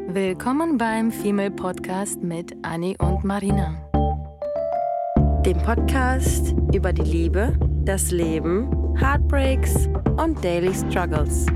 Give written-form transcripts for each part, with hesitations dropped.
Willkommen beim Female Podcast mit Anni und Marina. Dem Podcast über die Liebe, das Leben, Heartbreaks und Daily Struggles.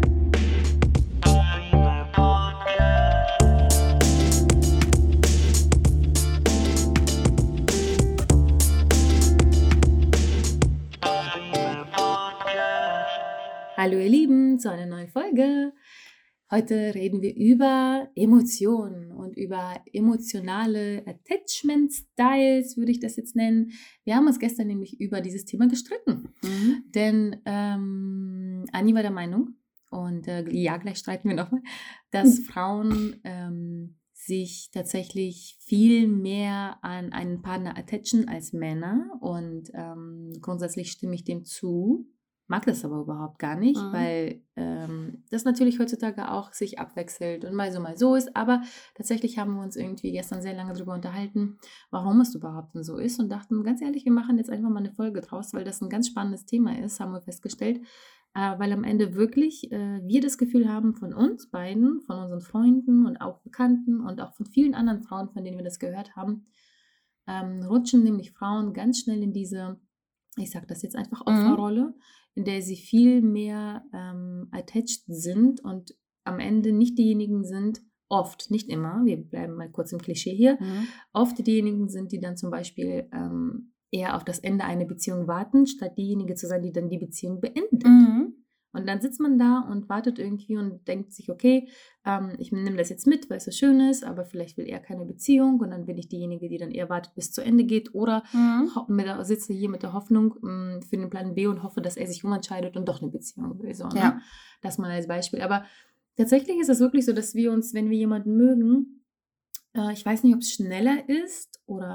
Hallo ihr Lieben, zu einer neuen Folge. Heute reden wir über Emotionen und über emotionale Attachment Styles, würde ich das jetzt nennen. Wir haben uns gestern nämlich über dieses Thema gestritten. Denn Anni war der Meinung, und gleich streiten wir nochmal, dass Frauen sich tatsächlich viel mehr an einen Partner attachen als Männer. Und grundsätzlich stimme ich dem zu. Mag das aber überhaupt gar nicht, weil das natürlich heutzutage auch sich abwechselt und mal so ist. Aber tatsächlich haben wir uns irgendwie gestern sehr lange darüber unterhalten, warum es überhaupt denn so ist, und dachten, ganz ehrlich, wir machen jetzt einfach mal eine Folge draus, weil das ein ganz spannendes Thema ist, haben wir festgestellt, weil am Ende wirklich wir das Gefühl haben von uns beiden, von unseren Freunden und auch Bekannten und auch von vielen anderen Frauen, von denen wir das gehört haben, rutschen nämlich Frauen ganz schnell in diese, ich sage das jetzt einfach, Opferrolle, in der sie viel mehr attached sind und am Ende nicht diejenigen sind, oft, nicht immer, wir bleiben mal kurz im Klischee hier, oft diejenigen sind, die dann zum Beispiel eher auf das Ende einer Beziehung warten, statt diejenige zu sein, die dann die Beziehung beendet. Und dann sitzt man da und wartet irgendwie und denkt sich, okay, ich nehme das jetzt mit, weil es so schön ist, aber vielleicht will er keine Beziehung, und dann bin ich diejenige, die dann eher wartet, bis es zu Ende geht, oder sitze hier mit der Hoffnung für den Plan B und hoffe, dass er sich umentscheidet und doch eine Beziehung will. So, ne? Ja. Das mal als Beispiel. Aber tatsächlich ist es wirklich so, dass wir uns, wenn wir jemanden mögen, ich weiß nicht, ob es schneller ist oder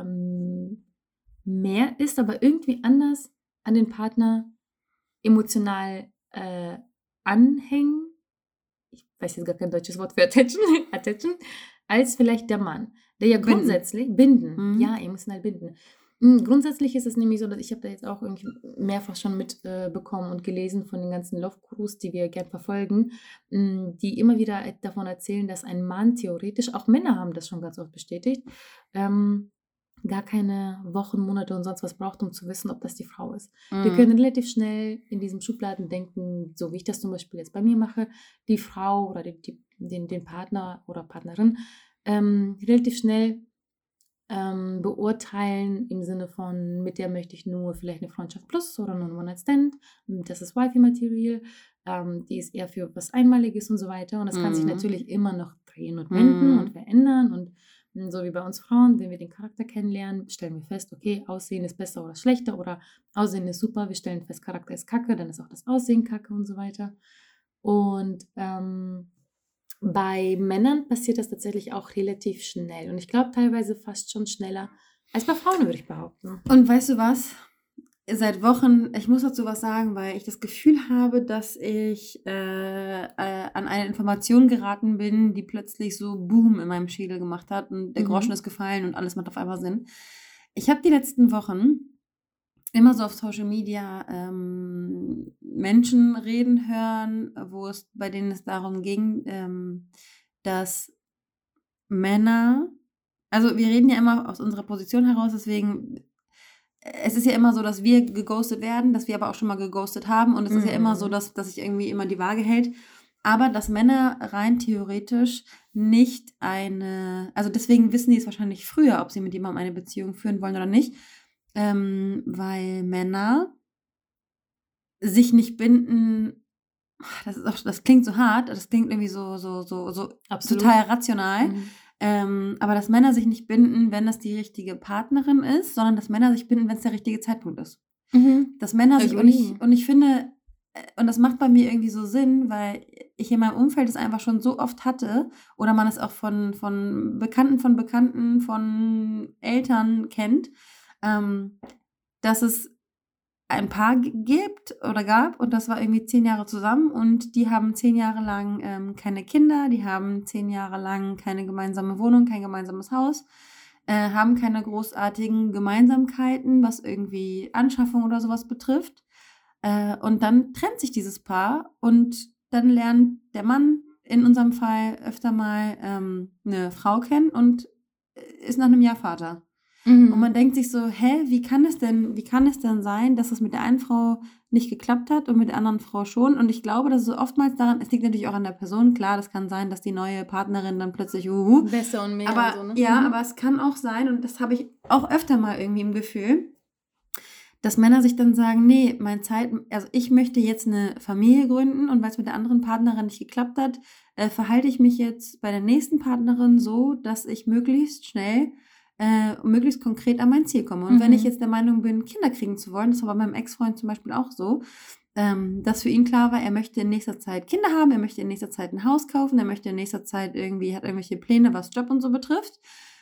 mehr ist, aber irgendwie anders an den Partner emotional anhängen, ich weiß jetzt gar kein deutsches Wort für attachen, als vielleicht der Mann, der ja grundsätzlich, binden, ja, emotional binden. Grundsätzlich ist es nämlich so, dass ich habe da jetzt auch irgendwie mehrfach schon mitbekommen und gelesen von den ganzen Love-Gurus, die wir gern verfolgen, die immer wieder davon erzählen, dass ein Mann theoretisch, auch Männer haben das schon ganz oft bestätigt, gar keine Wochen, Monate und sonst was braucht, um zu wissen, ob das die Frau ist. Wir können relativ schnell in diesem Schubladen denken, so wie ich das zum Beispiel jetzt bei mir mache, die Frau oder den Partner oder Partnerin relativ schnell beurteilen im Sinne von, mit der möchte ich nur vielleicht eine Freundschaft plus oder nur ein One-Night-Stand, das ist Wifey-Material, die ist eher für was Einmaliges und so weiter, und das kann sich natürlich immer noch drehen und wenden und verändern, und so wie bei uns Frauen, wenn wir den Charakter kennenlernen, stellen wir fest, okay, Aussehen ist besser oder schlechter, oder Aussehen ist super, wir stellen fest, Charakter ist kacke, dann ist auch das Aussehen kacke und so weiter. Und bei Männern passiert das tatsächlich auch relativ schnell, und ich glaube teilweise fast schon schneller als bei Frauen, würde ich behaupten. Und weißt du was? Seit Wochen, ich muss dazu was sagen, weil ich das Gefühl habe, dass ich an eine Information geraten bin, die plötzlich so Boom in meinem Schädel gemacht hat und der Groschen ist gefallen und alles macht auf einmal Sinn. Ich habe die letzten Wochen immer so auf Social Media Menschen reden hören, bei denen es darum ging, dass Männer, also wir reden ja immer aus unserer Position heraus, deswegen, es ist ja immer so, dass wir geghostet werden, dass wir aber auch schon mal geghostet haben, und es ist ja immer so, dass sich irgendwie immer die Waage hält, aber dass Männer rein theoretisch nicht also deswegen wissen die es wahrscheinlich früher, ob sie mit jemandem eine Beziehung führen wollen oder nicht, weil Männer sich nicht binden. Das klingt so hart, das klingt irgendwie so total rational. Aber dass Männer sich nicht binden, wenn das die richtige Partnerin ist, sondern dass Männer sich binden, wenn es der richtige Zeitpunkt ist. Dass Männer sich, und ich finde, und das macht bei mir irgendwie so Sinn, weil ich in meinem Umfeld es einfach schon so oft hatte, oder man es auch von Bekannten, von Eltern kennt, dass es ein Paar gibt oder gab, und das war irgendwie 10 Jahre zusammen, und die haben 10 Jahre lang keine Kinder, die haben 10 Jahre lang keine gemeinsame Wohnung, kein gemeinsames Haus, haben keine großartigen Gemeinsamkeiten, was irgendwie Anschaffung oder sowas betrifft. Und dann trennt sich dieses Paar, und dann lernt der Mann in unserem Fall öfter mal eine Frau kennen und ist nach einem Jahr Vater. Und man denkt sich so, wie kann es denn sein, dass es mit der einen Frau nicht geklappt hat und mit der anderen Frau schon? Und ich glaube, dass es so oftmals daran, es liegt natürlich auch an der Person, klar, das kann sein, dass die neue Partnerin dann plötzlich, besser und mehr aber, und so, ne? ja, aber es kann auch sein, und das habe ich auch öfter mal irgendwie im Gefühl, dass Männer sich dann sagen, nee, also ich möchte jetzt eine Familie gründen und weil es mit der anderen Partnerin nicht geklappt hat, verhalte ich mich jetzt bei der nächsten Partnerin so, dass ich möglichst schnell möglichst konkret an mein Ziel komme. Und wenn ich jetzt der Meinung bin, Kinder kriegen zu wollen, das war bei meinem Ex-Freund zum Beispiel auch so, dass für ihn klar war, er möchte in nächster Zeit Kinder haben, er möchte in nächster Zeit ein Haus kaufen, er möchte in nächster Zeit hat irgendwelche Pläne, was Job und so betrifft.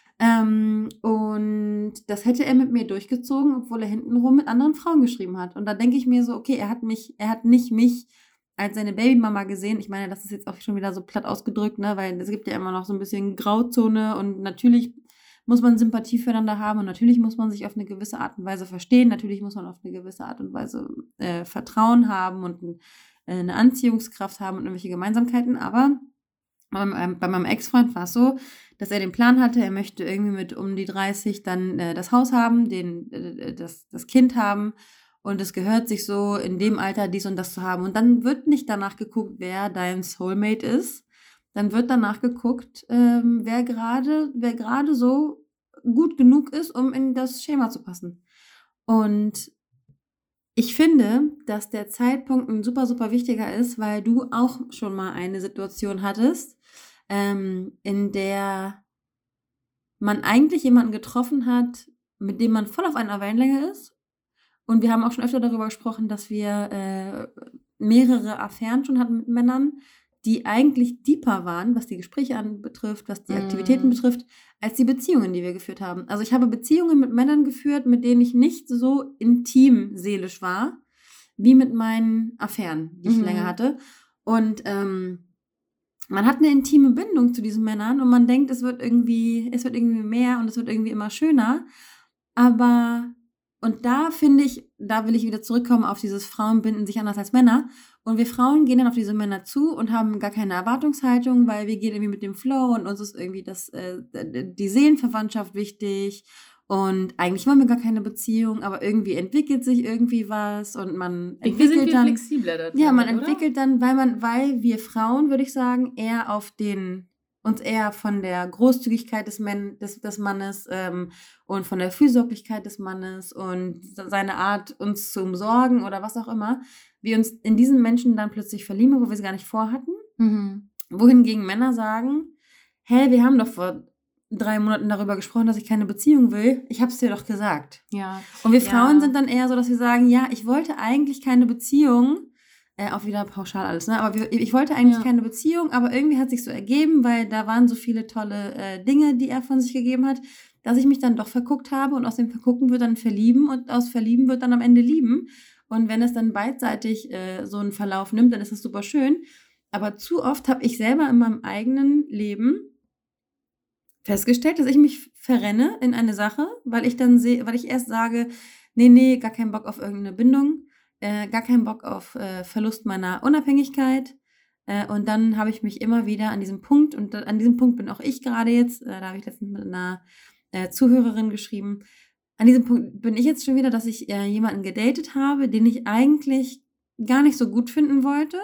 Und das hätte er mit mir durchgezogen, obwohl er hintenrum mit anderen Frauen geschrieben hat. Und da denke ich mir so, okay, er hat nicht mich als seine Babymama gesehen. Ich meine, das ist jetzt auch schon wieder so platt ausgedrückt, ne, weil es gibt ja immer noch so ein bisschen Grauzone und natürlich muss man Sympathie füreinander haben und natürlich muss man sich auf eine gewisse Art und Weise verstehen. Natürlich muss man auf eine gewisse Art und Weise Vertrauen haben und eine Anziehungskraft haben und irgendwelche Gemeinsamkeiten. Aber bei meinem Ex-Freund war es so, dass er den Plan hatte, er möchte irgendwie mit um die 30 dann das Haus haben, das Kind haben und es gehört sich so in dem Alter dies und das zu haben. Und dann wird nicht danach geguckt, wer dein Soulmate ist. Dann wird danach geguckt, wer gerade so gut genug ist, um in das Schema zu passen. Und ich finde, dass der Zeitpunkt ein super, super wichtiger ist, weil du auch schon mal eine Situation hattest, in der man eigentlich jemanden getroffen hat, mit dem man voll auf einer Wellenlänge ist. Und wir haben auch schon öfter darüber gesprochen, dass wir mehrere Affären schon hatten mit Männern, die eigentlich deeper waren, was die Gespräche anbetrifft, was die Aktivitäten betrifft, als die Beziehungen, die wir geführt haben. Also ich habe Beziehungen mit Männern geführt, mit denen ich nicht so intim seelisch war, wie mit meinen Affären, die ich länger hatte. Und man hat eine intime Bindung zu diesen Männern und man denkt, es wird irgendwie mehr und es wird irgendwie immer schöner. Und da finde ich, da will ich wieder zurückkommen auf dieses Frauen binden sich anders als Männer. Und wir Frauen gehen dann auf diese Männer zu und haben gar keine Erwartungshaltung, weil wir gehen irgendwie mit dem Flow und uns ist irgendwie die Seelenverwandtschaft wichtig. Und eigentlich wollen wir gar keine Beziehung, aber irgendwie entwickelt sich irgendwie was und man entwickelt sind wir dann flexibler dazu. Ja, man entwickelt dann, weil wir Frauen, würde ich sagen, uns eher von der Großzügigkeit des Mannes und von der Fürsorglichkeit des Mannes und seine Art, uns zu umsorgen oder was auch immer, wir uns in diesen Menschen dann plötzlich verlieben, wo wir es gar nicht vorhatten. Wohingegen Männer sagen, wir haben doch vor 3 Monaten darüber gesprochen, dass ich keine Beziehung will. Ich habe es dir doch gesagt. Ja. Und wir Frauen sind dann eher so, dass wir sagen, ja, ich wollte eigentlich keine Beziehung. Auch wieder pauschal alles, ne? Aber ich wollte eigentlich keine Beziehung, aber irgendwie hat es sich so ergeben, weil da waren so viele tolle Dinge, die er von sich gegeben hat, dass ich mich dann doch verguckt habe und aus dem Vergucken wird dann Verlieben und aus Verlieben wird dann am Ende Lieben. Und wenn es dann beidseitig so einen Verlauf nimmt, dann ist das super schön. Aber zu oft habe ich selber in meinem eigenen Leben festgestellt, dass ich mich verrenne in eine Sache, weil ich erst sage, nee, gar keinen Bock auf irgendeine Bindung, gar keinen Bock auf Verlust meiner Unabhängigkeit. Und dann habe ich mich immer wieder an diesem Punkt, und an diesem Punkt bin auch ich gerade jetzt, da habe ich letztens mit einer Zuhörerin geschrieben, an diesem Punkt bin ich jetzt schon wieder, dass ich jemanden gedatet habe, den ich eigentlich gar nicht so gut finden wollte.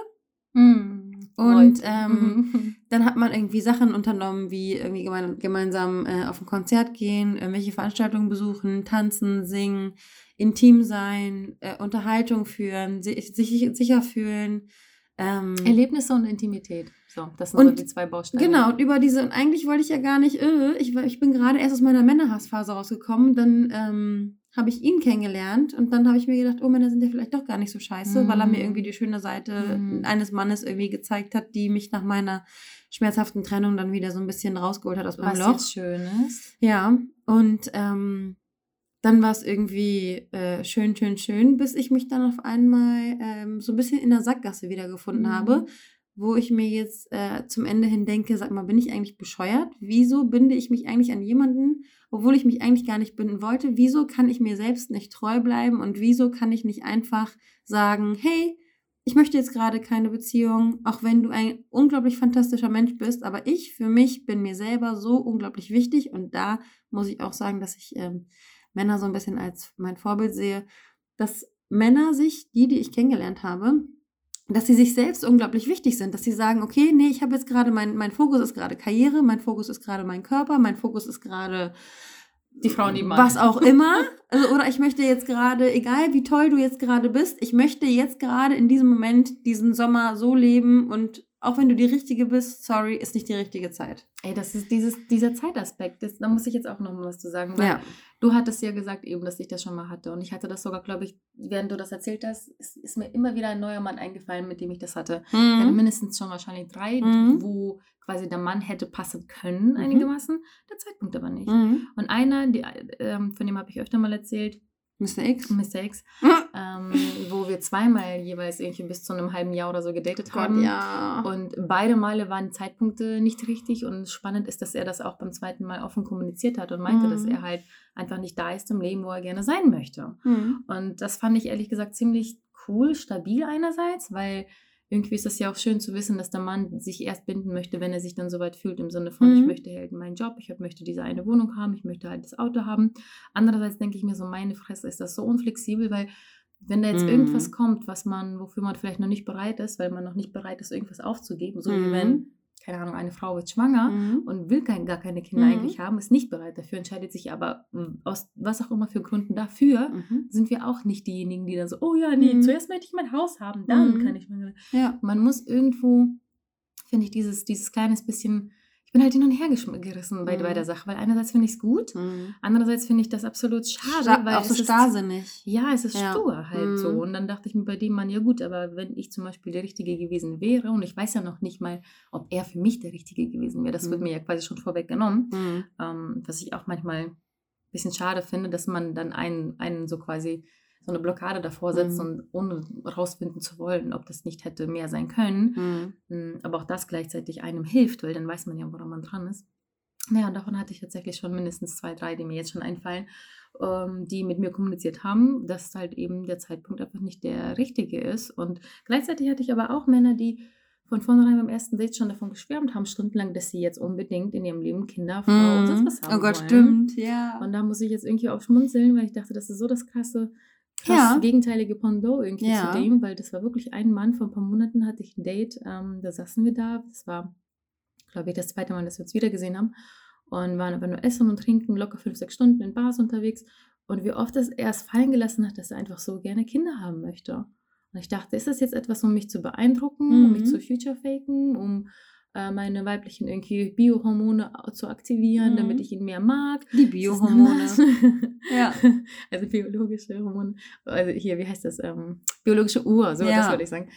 Und dann hat man irgendwie Sachen unternommen, wie irgendwie gemeinsam auf ein Konzert gehen, irgendwelche Veranstaltungen besuchen, tanzen, singen, intim sein, Unterhaltung führen, sich sicher fühlen. Erlebnisse und Intimität. So, das sind so die 2 Bausteine. Genau, und und eigentlich wollte ich ja gar nicht, ich bin gerade erst aus meiner Männerhassphase rausgekommen, dann habe ich ihn kennengelernt und dann habe ich mir gedacht, Männer sind ja vielleicht doch gar nicht so scheiße, weil er mir irgendwie die schöne Seite eines Mannes irgendwie gezeigt hat, die mich nach meiner schmerzhaften Trennung dann wieder so ein bisschen rausgeholt hat aus meinem Loch. Was jetzt schön ist. Ja, und dann war es irgendwie schön, bis ich mich dann auf einmal so ein bisschen in der Sackgasse wiedergefunden habe, wo ich mir jetzt zum Ende hin denke, sag mal, bin ich eigentlich bescheuert? Wieso binde ich mich eigentlich an jemanden, obwohl ich mich eigentlich gar nicht binden wollte? Wieso kann ich mir selbst nicht treu bleiben und wieso kann ich nicht einfach sagen, hey, ich möchte jetzt gerade keine Beziehung, auch wenn du ein unglaublich fantastischer Mensch bist, aber ich für mich bin mir selber so unglaublich wichtig und da muss ich auch sagen, dass ich Männer so ein bisschen als mein Vorbild sehe, dass Männer sich, die ich kennengelernt habe, dass sie sich selbst unglaublich wichtig sind, dass sie sagen, okay, nee, ich habe jetzt gerade, mein Fokus ist gerade Karriere, mein Fokus ist gerade mein Körper, mein Fokus ist gerade die Frau, die Mann. Was auch immer. Also, oder ich möchte jetzt gerade, egal wie toll du jetzt gerade bist, ich möchte jetzt gerade in diesem Moment diesen Sommer so leben und auch wenn du die Richtige bist, sorry, ist nicht die richtige Zeit. Ey, das ist dieser Zeitaspekt. Da muss ich jetzt auch noch mal was zu sagen. Weil du hattest ja gesagt eben, dass ich das schon mal hatte. Und ich hatte das sogar, glaube ich, während du das erzählt hast, ist mir immer wieder ein neuer Mann eingefallen, mit dem ich das hatte. Ich hatte mindestens schon wahrscheinlich 3, wo quasi der Mann hätte passen können, einigermaßen. Der Zeitpunkt aber nicht. Und einer, von dem habe ich öfter mal erzählt, Mr. X, wo wir zweimal jeweils irgendwie bis zu einem halben Jahr oder so gedatet haben. Ja. Und beide Male waren Zeitpunkte nicht richtig. Und spannend ist, dass er das auch beim zweiten Mal offen kommuniziert hat und meinte, dass er halt einfach nicht da ist im Leben, wo er gerne sein möchte. Und das fand ich ehrlich gesagt ziemlich cool, stabil einerseits, weil irgendwie ist das ja auch schön zu wissen, dass der Mann sich erst binden möchte, wenn er sich dann soweit fühlt, im Sinne von, ich möchte halt meinen Job, ich möchte diese eine Wohnung haben, ich möchte halt das Auto haben. Andererseits denke ich mir so, meine Fresse, ist das so unflexibel, weil wenn da jetzt irgendwas kommt, wofür man vielleicht noch nicht bereit ist, weil man noch nicht bereit ist, irgendwas aufzugeben, so wie wenn, keine Ahnung, eine Frau wird schwanger und will gar keine Kinder eigentlich haben, ist nicht bereit dafür, entscheidet sich aber aus was auch immer für Gründen dafür, sind wir auch nicht diejenigen, die dann so, oh ja, nee, zuerst möchte ich mein Haus haben, dann kann ich meine. Ja. Man muss irgendwo, finde ich, dieses kleines bisschen, ich bin halt hin und her gerissen bei der Sache, weil einerseits finde ich es gut, andererseits finde ich das absolut schade, weil auch so starrsinnig. Ja, es ist stur halt so. Und dann dachte ich mir bei dem Mann, ja gut, aber wenn ich zum Beispiel der Richtige gewesen wäre, und ich weiß ja noch nicht mal, ob er für mich der Richtige gewesen wäre, das wird mir ja quasi schon vorweggenommen, was ich auch manchmal ein bisschen schade finde, dass man dann einen so quasi so eine Blockade davor setzt und ohne rausfinden zu wollen, ob das nicht hätte mehr sein können. Aber auch das gleichzeitig einem hilft, weil dann weiß man ja, woran man dran ist. Naja, und davon hatte ich tatsächlich schon mindestens 2, 3, die mir jetzt schon einfallen, die mit mir kommuniziert haben, dass halt eben der Zeitpunkt einfach nicht der richtige ist. Und gleichzeitig hatte ich aber auch Männer, die von vornherein beim ersten Date schon davon geschwärmt haben, stundenlang, dass sie jetzt unbedingt in ihrem Leben Kinder, Frau und sonst was haben Oh Gott, wollen. stimmt, ja. Und da muss ich jetzt irgendwie auch schmunzeln, weil ich dachte, das ist so das krass gegenteilige Pendant irgendwie zu dem, weil das war wirklich ein Mann, vor ein paar Monaten hatte ich ein Date, da saßen wir da, das war, glaube ich, das zweite Mal, dass wir uns wieder gesehen haben und waren aber nur essen und trinken, locker 5, 6 Stunden in Bars unterwegs und wie oft er es fallen gelassen hat, dass er einfach so gerne Kinder haben möchte. Und ich dachte, ist das jetzt etwas, um mich zu beeindrucken, um mich zu future-faken, um meine weiblichen irgendwie Biohormone zu aktivieren, damit ich ihn mehr mag. Die Biohormone. Ja. Also biologische Hormone. Also hier, wie heißt das? Biologische Uhr, so das würde ich sagen.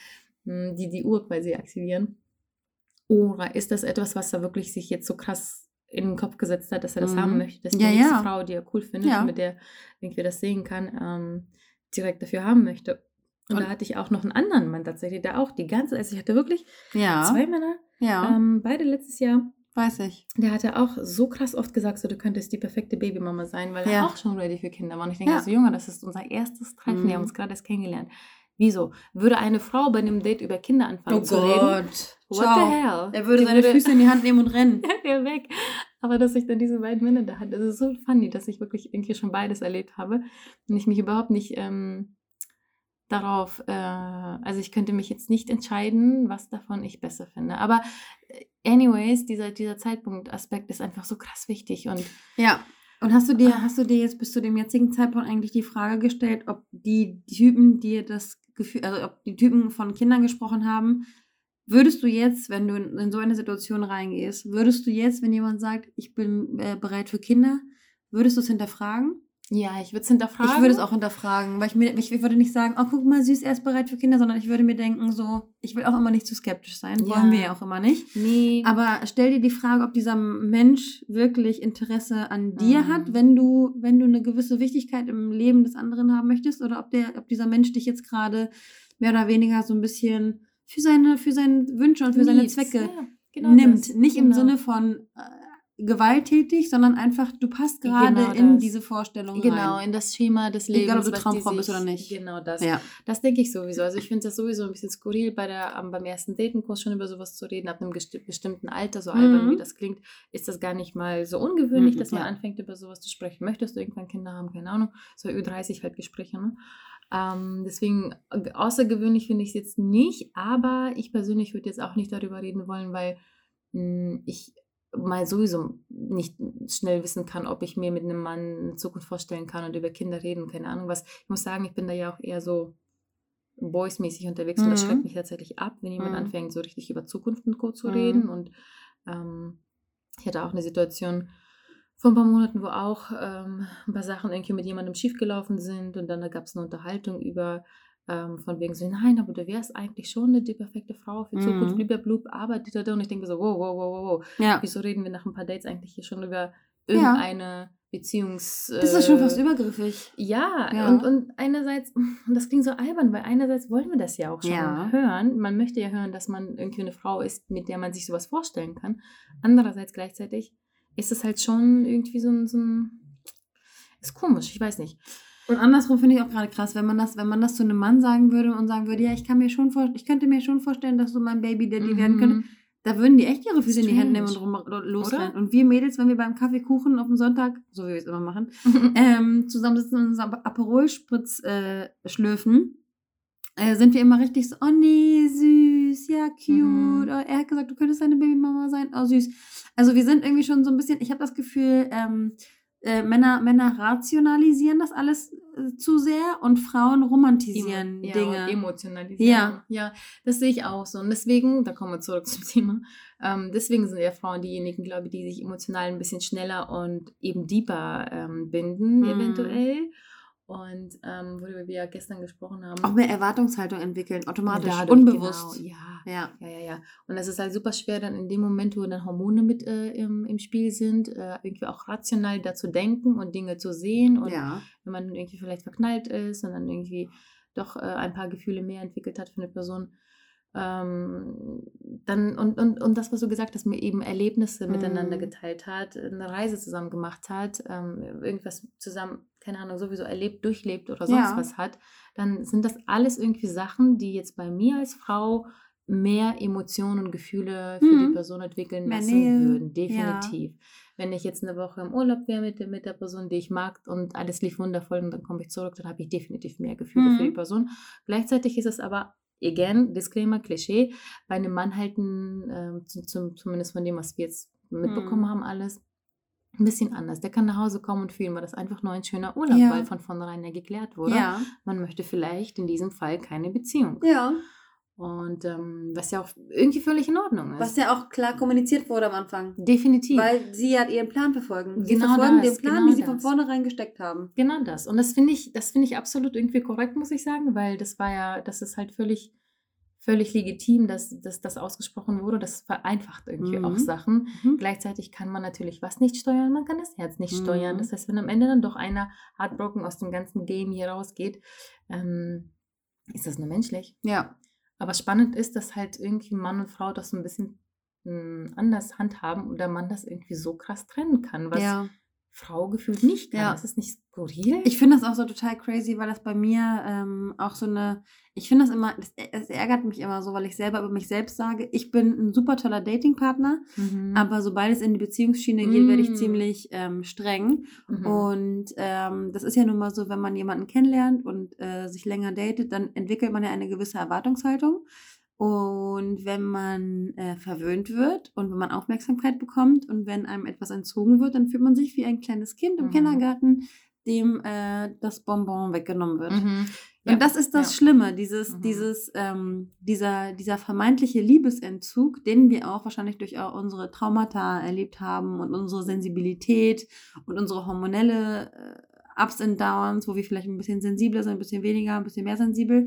Die Uhr quasi aktivieren. Oder ist das etwas, was er wirklich sich jetzt so krass in den Kopf gesetzt hat, dass er das haben möchte, dass die nächste Frau, die er cool findet, mit der irgendwie das sehen kann, direkt dafür haben möchte. Und da hatte ich auch noch einen anderen Mann tatsächlich, der auch also ich hatte wirklich 2 Männer, beide letztes Jahr. Weiß ich. Der hatte auch so krass oft gesagt, so, du könntest die perfekte Babymama sein, weil er auch schon ready für Kinder war. Und ich denke, so Junge, das ist unser erstes Treffen, wir haben uns gerade erst kennengelernt. Wieso? Würde eine Frau bei einem Date über Kinder anfangen zu reden? Oh Gott. What the hell? Er würde seine Füße in die Hand nehmen und rennen. Ja, weg. Aber dass ich dann diese beiden Männer da hatte, das ist so funny, dass ich wirklich irgendwie schon beides erlebt habe. Und ich mich überhaupt nicht darauf, also ich könnte mich jetzt nicht entscheiden, was davon ich besser finde. Aber anyways, dieser Zeitpunktaspekt ist einfach so krass wichtig. Und und hast du dir jetzt bis zu dem jetzigen Zeitpunkt eigentlich die Frage gestellt, ob die Typen dir das Gefühl, also ob die Typen von Kindern gesprochen haben, würdest du jetzt, wenn du in so eine Situation reingehst, würdest du jetzt, wenn jemand sagt, ich bin bereit für Kinder, würdest du es hinterfragen? Ja, ich würde es hinterfragen. Ich würde es auch hinterfragen, weil ich würde nicht sagen, oh, guck mal, sie ist erst bereit für Kinder, sondern ich würde mir denken, so, ich will auch immer nicht zu skeptisch sein, wollen wir ja auch immer nicht. Nee. Aber stell dir die Frage, ob dieser Mensch wirklich Interesse an dir hat, wenn du eine gewisse Wichtigkeit im Leben des anderen haben möchtest, oder ob dieser Mensch dich jetzt gerade mehr oder weniger so ein bisschen für seine Wünsche und für seine Zwecke nimmt. Nicht im Sinne von gewalttätig, sondern einfach, du passt gerade Genau in das. diese Vorstellung Genau, rein. in das Schema des Lebens. Egal, ob du was die Traumfrau bist sich- oder nicht. Genau das. Ja. Das denke ich sowieso. Also ich finde das sowieso ein bisschen skurril, beim ersten Datenkurs schon über sowas zu reden, ab einem bestimmten Alter, so albern wie das klingt, ist das gar nicht mal so ungewöhnlich, dass man Ja. anfängt, über sowas zu sprechen. Möchtest du irgendwann Kinder haben? Keine Ahnung. So Ü30 halt Gespräche, ne? Deswegen außergewöhnlich finde ich es jetzt nicht, aber ich persönlich würde jetzt auch nicht darüber reden wollen, weil ich mal sowieso nicht schnell wissen kann, ob ich mir mit einem Mann eine Zukunft vorstellen kann und über Kinder reden, keine Ahnung was. Ich muss sagen, ich bin da ja auch eher so boysmäßig unterwegs und das schreckt mich tatsächlich ab, wenn jemand anfängt, so richtig über Zukunft und Co. zu reden. Und ich hatte auch eine Situation vor ein paar Monaten, wo auch ein paar Sachen irgendwie mit jemandem schiefgelaufen sind und dann gab es eine Unterhaltung über von wegen so, nein, aber du wärst eigentlich schon die perfekte Frau für Zukunft, blub, aber und ich denke so, wow. Ja. Wieso reden wir nach ein paar Dates eigentlich hier schon über irgendeine Beziehungs... Das ist schon fast übergriffig. Ja. Und einerseits, und das klingt so albern, weil einerseits wollen wir das ja auch schon hören. Man möchte ja hören, dass man irgendwie eine Frau ist, mit der man sich sowas vorstellen kann. Andererseits gleichzeitig ist es halt schon irgendwie so ein ist komisch, ich weiß nicht. Und andersrum finde ich auch gerade krass, wenn man das zu einem Mann sagen würde und sagen würde, ja, ich könnte mir schon vorstellen, dass du mein Baby-Daddy werden könntest, da würden die echt ihre Füße in die Hände nehmen und losrennen. Oder? Und wir Mädels, wenn wir beim Kaffeekuchen auf dem Sonntag, so wie wir es immer machen, zusammensitzen und unseren Aperol-Spritz schlürfen, sind wir immer richtig so, oh nee, süß, ja, cute. Oh, er hat gesagt, du könntest seine Babymama sein, oh süß. Also wir sind irgendwie schon so ein bisschen, ich habe das Gefühl, Männer rationalisieren das alles zu sehr und Frauen romantisieren Dinge. Und emotionalisieren. Ja, das sehe ich auch so. Und deswegen, da kommen wir zurück zum Thema, deswegen sind ja Frauen diejenigen, glaube ich, die sich emotional ein bisschen schneller und eben deeper binden, eventuell. Und worüber wir ja gestern gesprochen haben. Auch mehr Erwartungshaltung entwickeln, automatisch, dadurch, unbewusst. Genau. Ja. Und das ist halt super schwer dann in dem Moment, wo dann Hormone mit im Spiel sind, irgendwie auch rational dazu denken und Dinge zu sehen. Und wenn man irgendwie vielleicht verknallt ist und dann irgendwie doch ein paar Gefühle mehr entwickelt hat für eine Person, dann und das, was du gesagt hast, mir eben Erlebnisse miteinander geteilt hat, eine Reise zusammen gemacht hat, irgendwas zusammen, keine Ahnung, sowieso erlebt, durchlebt oder sonst was hat, dann sind das alles irgendwie Sachen, die jetzt bei mir als Frau mehr Emotionen und Gefühle für die Person entwickeln lassen würden, definitiv. Wenn ich jetzt eine Woche im Urlaub wäre mit der Person, die ich mag und alles lief wundervoll und dann komme ich zurück, dann habe ich definitiv mehr Gefühle für die Person. Gleichzeitig ist es aber again, Disclaimer, Klischee, bei einem Mann halt zumindest von dem, was wir jetzt mitbekommen haben, alles ein bisschen anders. Der kann nach Hause kommen und fühlen, weil das einfach nur ein schöner Urlaub, weil von vornherein ja geklärt wurde. Man möchte vielleicht in diesem Fall keine Beziehung. Ja. Und was ja auch irgendwie völlig in Ordnung ist. Was ja auch klar kommuniziert wurde am Anfang. Definitiv. Weil sie ja ihren Plan verfolgen. Sie Genau verfolgen das, den Plan, genau den sie das. von vornherein gesteckt haben. Genau das. Und das finde ich absolut irgendwie korrekt, muss ich sagen, weil das ist halt völlig legitim, dass das ausgesprochen wurde. Das vereinfacht irgendwie auch Sachen. Gleichzeitig kann man natürlich was nicht steuern, man kann das Herz nicht steuern. Das heißt, wenn am Ende dann doch einer heartbroken aus dem ganzen Game hier rausgeht, ist das nur menschlich. Ja. Aber spannend ist, dass halt irgendwie Mann und Frau das so ein bisschen anders handhaben oder man das irgendwie so krass trennen kann, was Frau gefühlt nicht kann. Ja. Das ist nicht skurril. Ich finde das auch so total crazy, weil das bei mir auch so ich finde das immer, es ärgert mich immer so, weil ich selber über mich selbst sage, ich bin ein super toller Datingpartner, aber sobald es in die Beziehungsschiene geht, werde ich ziemlich streng. Und das ist ja nun mal so, wenn man jemanden kennenlernt und sich länger datet, dann entwickelt man ja eine gewisse Erwartungshaltung. Und wenn man verwöhnt wird und wenn man Aufmerksamkeit bekommt und wenn einem etwas entzogen wird, dann fühlt man sich wie ein kleines Kind im Kindergarten, dem das Bonbon weggenommen wird. Ja. Und das ist das Schlimme, dieser vermeintliche Liebesentzug, den wir auch wahrscheinlich durch auch unsere Traumata erlebt haben und unsere Sensibilität und unsere hormonelle Ups and Downs, wo wir vielleicht ein bisschen sensibler sind, ein bisschen weniger, ein bisschen mehr sensibel,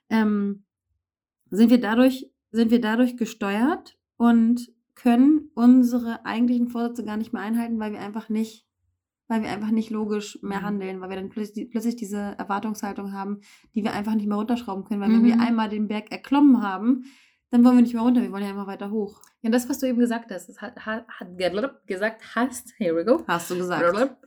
sind wir dadurch gesteuert und können unsere eigentlichen Vorsätze gar nicht mehr einhalten, weil wir einfach nicht logisch mehr handeln, weil wir dann plötzlich diese Erwartungshaltung haben, die wir einfach nicht mehr runterschrauben können, weil wenn wir einmal den Berg erklommen haben, dann wollen wir nicht mehr runter, wir wollen ja immer weiter hoch. Ja, das, was du eben gesagt hast, das here we go. Hast du gesagt.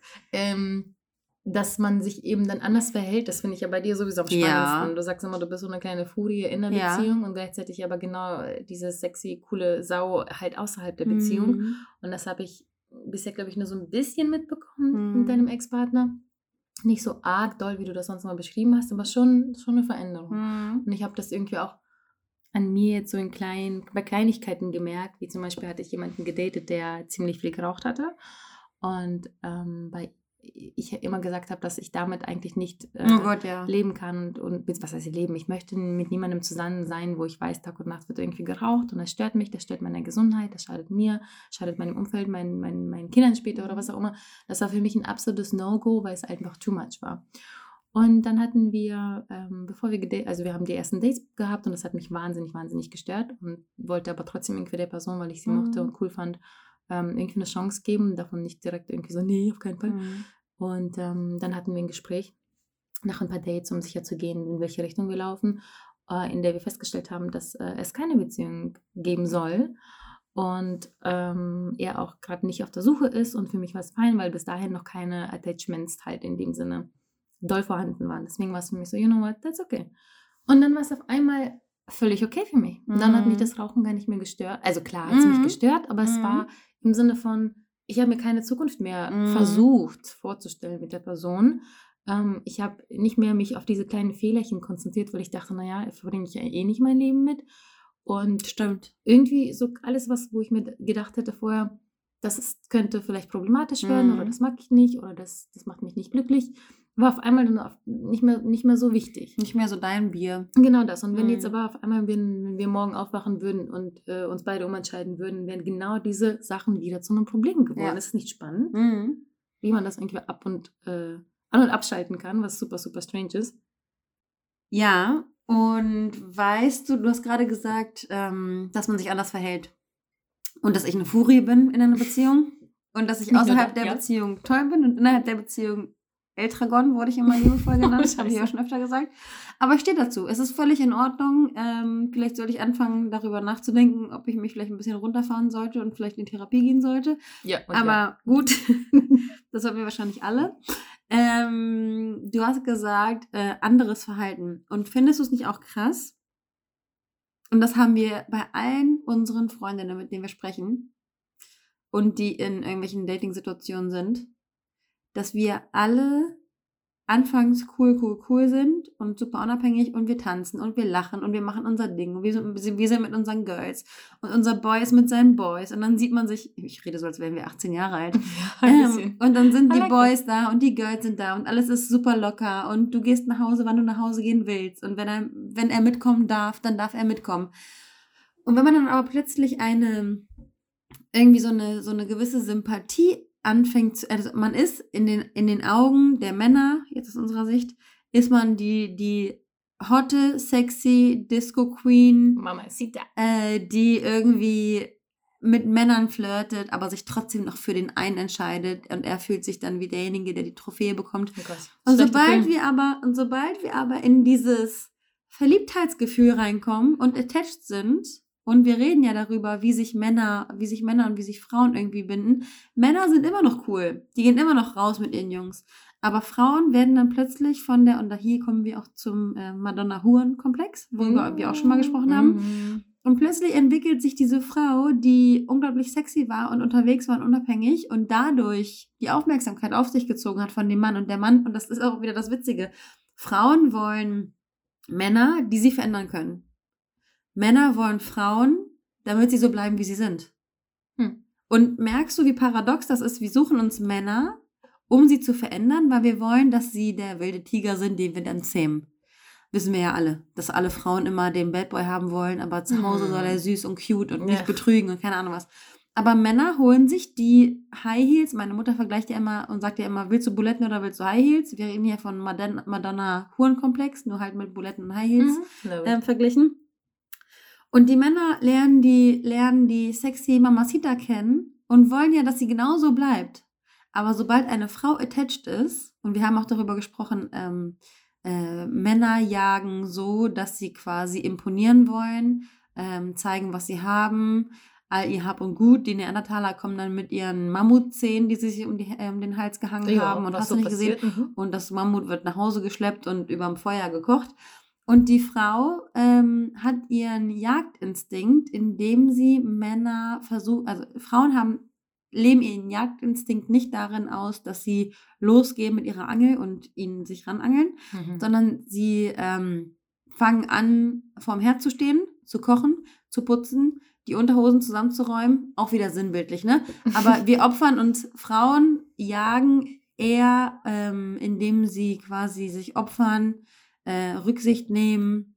Dass man sich eben dann anders verhält, das finde ich ja bei dir sowieso am spannendsten. Du sagst immer, du bist so eine kleine Furie in der Beziehung und gleichzeitig aber genau diese sexy, coole Sau halt außerhalb der Beziehung. Und das habe ich bisher, glaube ich, nur so ein bisschen mitbekommen mit deinem Ex-Partner. Nicht so arg doll, wie du das sonst mal beschrieben hast, aber schon eine Veränderung. Und ich habe das irgendwie auch an mir jetzt so bei Kleinigkeiten gemerkt, wie zum Beispiel hatte ich jemanden gedatet, der ziemlich viel geraucht hatte. Und ich immer gesagt habe, dass ich damit eigentlich nicht leben kann und was heißt leben? Ich möchte mit niemandem zusammen sein, wo ich weiß, Tag und Nacht wird irgendwie geraucht und das stört mich, das stört meine Gesundheit, das schadet mir, schadet meinem Umfeld, meinen Kindern später oder was auch immer. Das war für mich ein absolutes No-Go, weil es einfach too much war. Und dann hatten wir, bevor wir wir haben die ersten Dates gehabt und das hat mich wahnsinnig, wahnsinnig gestört und wollte aber trotzdem irgendwie der Person, weil ich sie mochte und cool fand, irgendwie eine Chance geben, davon nicht direkt irgendwie so, nee, auf keinen Fall. Und dann hatten wir ein Gespräch nach ein paar Dates, um sicher zu gehen, in welche Richtung wir laufen, in der wir festgestellt haben, dass es keine Beziehung geben soll und er auch gerade nicht auf der Suche ist und für mich war es fein, weil bis dahin noch keine Attachments halt in dem Sinne doll vorhanden waren. Deswegen war es für mich so, you know what, that's okay. Und dann war es auf einmal völlig okay für mich. Und dann hat mich das Rauchen gar nicht mehr gestört. Also klar hat es mich gestört, aber es war im Sinne von, ich habe mir keine Zukunft mehr versucht vorzustellen mit der Person. Ich habe nicht mehr mich auf diese kleinen Fehlerchen konzentriert, weil ich dachte, naja, verbringe ich ja eh nicht mein Leben mit. Und stimmt. Irgendwie so alles, wo ich mir gedacht hätte vorher, könnte vielleicht problematisch werden oder das mag ich nicht oder das macht mich nicht glücklich, war auf einmal dann nicht mehr so wichtig. Nicht mehr so dein Bier. Genau das. Und wenn jetzt aber auf einmal, wenn wir morgen aufwachen würden und uns beide umentscheiden würden, wären genau diese Sachen wieder zu einem Problem geworden. Ja. Das ist nicht spannend, wie man das irgendwie an- und abschalten kann, was super, super strange ist. Ja, und weißt du hast gerade gesagt, dass man sich anders verhält. Und dass ich eine Furie bin in einer Beziehung. Und dass ich außerhalb der Beziehung toll bin und innerhalb der Beziehung Eltragon wurde ich immer liebevoll genannt, habe ich auch schon öfter gesagt. Aber ich stehe dazu. Es ist völlig in Ordnung. Vielleicht sollte ich anfangen, darüber nachzudenken, ob ich mich vielleicht ein bisschen runterfahren sollte und vielleicht in Therapie gehen sollte. Ja, aber gut, das sollten wir wahrscheinlich alle. Du hast gesagt, anderes Verhalten. Und findest du es nicht auch krass? Und das haben wir bei allen unseren Freundinnen, mit denen wir sprechen und die in irgendwelchen Dating-Situationen sind, dass wir alle anfangs cool sind und super unabhängig und wir tanzen und wir lachen und wir machen unser Ding und wir sind mit unseren Girls und unser Boy ist mit seinen Boys und dann sieht man sich, ich rede so, als wären wir 18 Jahre alt, und dann sind die Boys da und die Girls sind da und alles ist super locker und du gehst nach Hause, wann du nach Hause gehen willst und wenn er mitkommen darf, dann darf er mitkommen. Und wenn man dann aber plötzlich irgendwie so eine gewisse Sympathie anfängt, also man ist in den Augen der Männer, jetzt aus unserer Sicht, ist man die hotte, sexy Disco-Queen, Mamacita, die irgendwie mit Männern flirtet, aber sich trotzdem noch für den einen entscheidet und er fühlt sich dann wie derjenige, der die Trophäe bekommt. Oh Gott. Und sobald wir aber in dieses Verliebtheitsgefühl reinkommen und attached sind, und wir reden ja darüber, wie sich Männer und wie sich Frauen irgendwie binden. Männer sind immer noch cool. Die gehen immer noch raus mit ihren Jungs. Aber Frauen werden dann plötzlich und hier kommen wir auch zum Madonna-Huren-Komplex, worüber wir auch schon mal gesprochen haben. Und plötzlich entwickelt sich diese Frau, die unglaublich sexy war und unterwegs war und unabhängig und dadurch die Aufmerksamkeit auf sich gezogen hat von dem Mann. Und der Mann, und das ist auch wieder das Witzige, Frauen wollen Männer, die sie verändern können. Männer wollen Frauen, damit sie so bleiben, wie sie sind. Und merkst du, wie paradox das ist? Wir suchen uns Männer, um sie zu verändern, weil wir wollen, dass sie der wilde Tiger sind, den wir dann zähmen. Wissen wir ja alle, dass alle Frauen immer den Bad Boy haben wollen, aber zu Hause soll er süß und cute und nicht betrügen und keine Ahnung was. Aber Männer holen sich die High Heels, meine Mutter vergleicht ja immer und sagt ja immer, willst du Buletten oder willst du High Heels? Wir reden hier von Madonna-Huren-Komplex, nur halt mit Buletten und High Heels verglichen. Und die Männer lernen die sexy Mamacita kennen und wollen ja, dass sie genauso bleibt. Aber sobald eine Frau attached ist, und wir haben auch darüber gesprochen, Männer jagen so, dass sie quasi imponieren wollen, zeigen, was sie haben, all ihr Hab und Gut. Die Neandertaler kommen dann mit ihren Mammutzähnen, die sie sich um den Hals gehangen haben und was hast so du nicht gesehen. passiert. Und das Mammut wird nach Hause geschleppt und überm Feuer gekocht. Und die Frau hat ihren Jagdinstinkt, indem sie Männer also Frauen leben ihren Jagdinstinkt nicht darin aus, dass sie losgehen mit ihrer Angel und ihn sich ranangeln, sondern sie fangen an, vorm Herd zu stehen, zu kochen, zu putzen, die Unterhosen zusammenzuräumen, auch wieder sinnbildlich, ne? Aber wir opfern uns, Frauen jagen eher, indem sie quasi sich opfern, Rücksicht nehmen,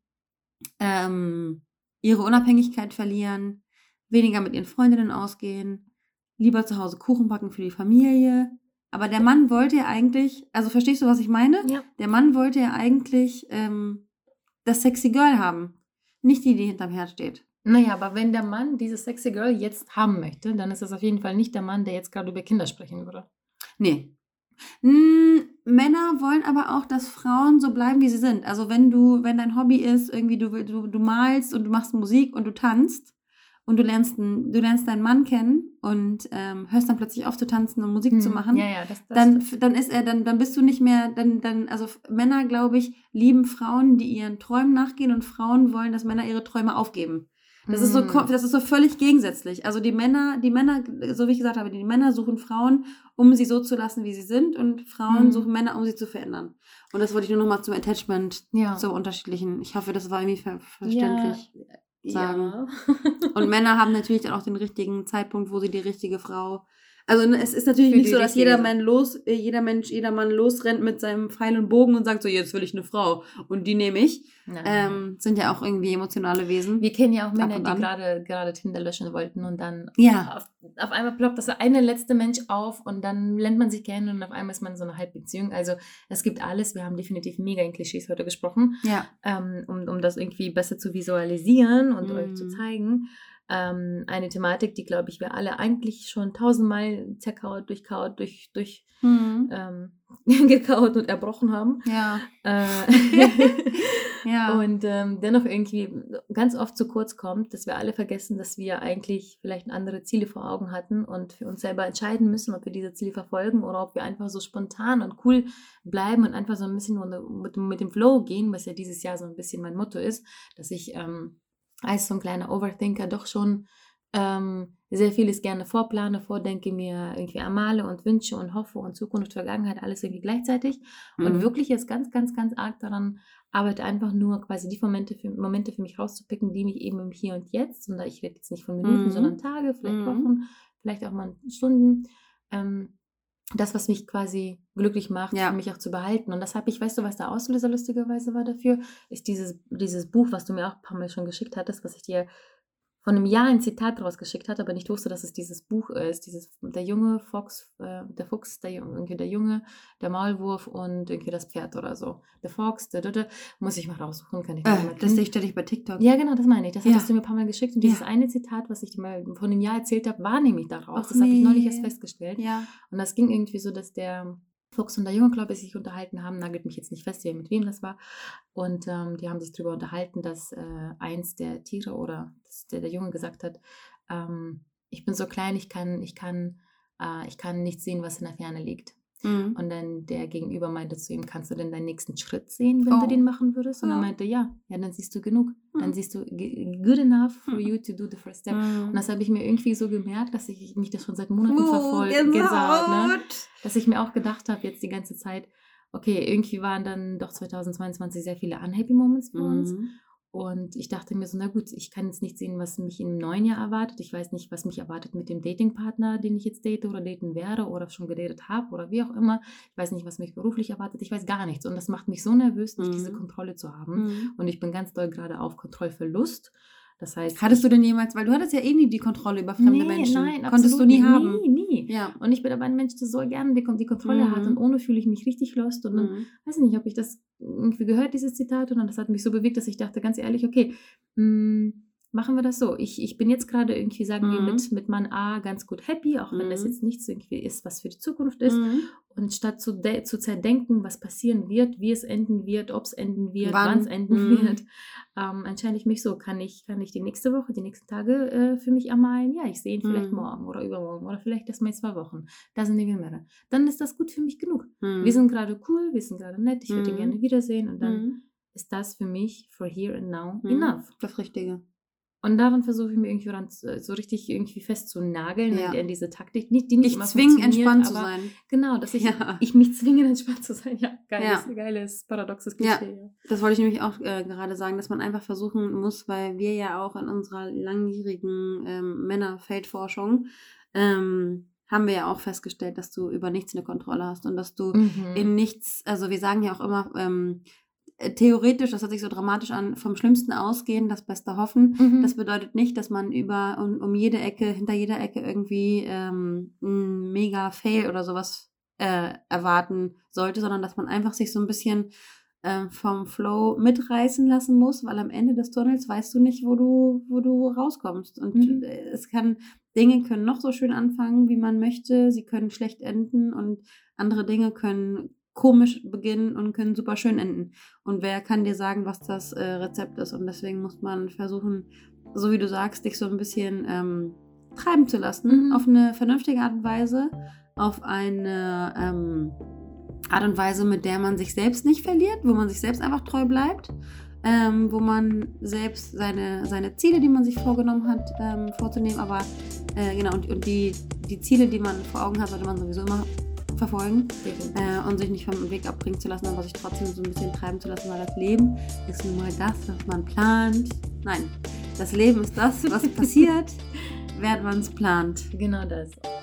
ihre Unabhängigkeit verlieren, weniger mit ihren Freundinnen ausgehen, lieber zu Hause Kuchen backen für die Familie. Aber der Mann wollte ja eigentlich, also verstehst du, was ich meine? Ja. Der Mann wollte ja eigentlich das sexy Girl haben, nicht die hinterm Herd steht. Naja, aber wenn der Mann dieses sexy Girl jetzt haben möchte, dann ist das auf jeden Fall nicht der Mann, der jetzt gerade über Kinder sprechen würde. Nee. Männer wollen aber auch, dass Frauen so bleiben, wie sie sind. Also wenn dein Hobby ist, irgendwie du malst und du machst Musik und du tanzt und du lernst deinen Mann kennen und hörst dann plötzlich auf zu tanzen und Musik zu machen, dann bist du nicht mehr, also Männer, glaube ich, lieben Frauen, die ihren Träumen nachgehen und Frauen wollen, dass Männer ihre Träume aufgeben. Das ist so völlig gegensätzlich. Also die Männer, so wie ich gesagt habe, die Männer suchen Frauen, um sie so zu lassen, wie sie sind, und Frauen suchen Männer, um sie zu verändern. Und das wollte ich nur noch mal zum Attachment, so unterschiedlichen. Ich hoffe, das war irgendwie verständlich sagen. Ja. Und Männer haben natürlich dann auch den richtigen Zeitpunkt, wo sie die richtige Frau. Also es ist natürlich nicht so, dass jeder Mann losrennt mit seinem Pfeil und Bogen und sagt so, jetzt will ich eine Frau und die nehme ich. Sind ja auch irgendwie emotionale Wesen. Wir kennen ja auch Männer, die gerade Tinder löschen wollten und dann auf einmal ploppt das eine letzte Mensch auf und dann lernt man sich kennen und auf einmal ist man in so einer Halbbeziehung. Also es gibt alles. Wir haben definitiv mega in Klischees heute gesprochen, um das irgendwie besser zu visualisieren und euch zu zeigen. Eine Thematik, die, glaube ich, wir alle eigentlich schon 1000-mal zerkaut, durchkaut, gekaut und erbrochen haben. Ja. Und dennoch irgendwie ganz oft zu kurz kommt, dass wir alle vergessen, dass wir eigentlich vielleicht andere Ziele vor Augen hatten und für uns selber entscheiden müssen, ob wir diese Ziele verfolgen oder ob wir einfach so spontan und cool bleiben und einfach so ein bisschen mit dem Flow gehen, was ja dieses Jahr so ein bisschen mein Motto ist, dass ich als so ein kleiner Overthinker doch schon sehr vieles gerne vordenke, mir irgendwie ermale und wünsche und hoffe und Zukunft, Vergangenheit, alles irgendwie gleichzeitig. Und wirklich jetzt ganz, ganz, ganz arg daran arbeite, einfach nur quasi die Momente für mich rauszupicken, die mich eben im Hier und Jetzt, und ich rede jetzt nicht von Minuten, sondern Tage, vielleicht Wochen, vielleicht auch mal Stunden, das, was mich quasi glücklich macht, für mich auch zu behalten. Und das habe ich, weißt du, was der Auslöser lustigerweise war dafür, ist dieses Buch, was du mir auch ein paar Mal schon geschickt hattest, was ich dir von einem Jahr ein Zitat rausgeschickt hatte, aber nicht wusste, dass es dieses Buch ist, der Junge Fox, der Fuchs, der Junge, der Maulwurf und irgendwie das Pferd oder so. Der Fox, muss ich mal raussuchen, kann ich mal. Das sehe ich ständig bei TikTok. Ja, genau, das meine ich. Das hattest du mir ein paar Mal geschickt und dieses eine Zitat, was ich dir mal von einem Jahr erzählt habe, war nämlich daraus. Das habe ich neulich erst festgestellt. Ja. Und das ging irgendwie so, dass der Fuchs und der Junge, glaube ich, sich unterhalten haben, nagelt mich jetzt nicht fest, mit wem das war. Und die haben sich darüber unterhalten, dass eins der Tiere oder der Junge gesagt hat, ich bin so klein, ich kann nicht sehen, was in der Ferne liegt. Und dann der Gegenüber meinte zu ihm, kannst du denn deinen nächsten Schritt sehen, wenn du den machen würdest? Und er meinte, ja, dann siehst du genug. Dann siehst du good enough for you to do the first step. Und das habe ich mir irgendwie so gemerkt, dass ich mich das schon seit Monaten verfolge, ne? Dass ich mir auch gedacht habe, jetzt die ganze Zeit, okay, irgendwie waren dann doch 2022 sehr viele unhappy Moments für uns. Und ich dachte mir so, na gut, ich kann jetzt nicht sehen, was mich im neuen Jahr erwartet. Ich weiß nicht, was mich erwartet mit dem Datingpartner, den ich jetzt date oder daten werde oder schon gedatet habe oder wie auch immer. Ich weiß nicht, was mich beruflich erwartet. Ich weiß gar nichts. Und das macht mich so nervös, nicht diese Kontrolle zu haben. Und ich bin ganz doll gerade auf Kontrollverlust. Das heißt, hattest du denn jemals, weil du hattest ja nie die Kontrolle über fremde Menschen. Nein, konntest du nie haben. Nie. Ja. Und ich bin aber ein Mensch, der so gerne die Kontrolle hat und ohne fühle ich mich richtig lost. Und dann, weiß ich nicht, ob ich das irgendwie gehört, dieses Zitat, und das hat mich so bewegt, dass ich dachte, ganz ehrlich, okay, machen wir das so. Ich bin jetzt gerade irgendwie, sagen wir, Mhm. mit Mann A ganz gut happy, auch wenn das Mhm. jetzt nichts irgendwie ist, was für die Zukunft ist. Mhm. Und statt zu zerdenken, was passieren wird, wie es enden wird, ob es enden wird, Wann? wann es enden Mhm. wird, entscheide ich mich so. Kann ich die nächste Woche, die nächsten Tage für mich ermalen? Ja, ich sehe ihn vielleicht Mhm. morgen oder übermorgen oder vielleicht erst mal in 2 Wochen. Da sind wir mehr. Dann ist das gut für mich genug. Mhm. Wir sind gerade cool, wir sind gerade nett, ich würde ihn Mhm. gerne wiedersehen und dann Mhm. ist das für mich for here and now Mhm. enough. Das Richtige. Und daran versuche ich mir irgendwie so richtig irgendwie festzunageln Ja. in diese Taktik, die nicht Dich immer zwingen, funktioniert, entspannt zu aber sein. genau, dass Ja. ich mich zwinge, entspannt zu sein. Ja, Ja. geiles, paradoxes Ja. Klischee. Ja. Das wollte ich nämlich auch gerade sagen, dass man einfach versuchen muss, weil wir ja auch in unserer langjährigen Männerfeldforschung haben wir ja auch festgestellt, dass du über nichts eine Kontrolle hast und dass du in nichts, also wir sagen ja auch immer, theoretisch, das hört sich so dramatisch an, vom Schlimmsten ausgehen, das Beste hoffen. Mhm. Das bedeutet nicht, dass man um jede Ecke, hinter jeder Ecke irgendwie einen mega Fail oder sowas erwarten sollte, sondern dass man einfach sich so ein bisschen vom Flow mitreißen lassen muss, weil am Ende des Tunnels weißt du nicht, wo du rauskommst. Und Mhm. Dinge können noch so schön anfangen, wie man möchte, sie können schlecht enden und andere Dinge können komisch beginnen und können super schön enden. Und wer kann dir sagen, was das Rezept ist? Und deswegen muss man versuchen, so wie du sagst, dich so ein bisschen treiben zu lassen, Mhm. auf eine vernünftige Art und Weise, auf eine Art und Weise, mit der man sich selbst nicht verliert, wo man sich selbst einfach treu bleibt, wo man selbst seine Ziele, die man sich vorgenommen hat, vorzunehmen, aber genau, und die Ziele, die man vor Augen hat, sollte man sowieso immer verfolgen und sich nicht vom Weg abbringen zu lassen, aber sich trotzdem so ein bisschen treiben zu lassen, weil das Leben ist nun mal das, was man plant. Nein, das Leben ist das, was passiert, während man es plant. Genau das.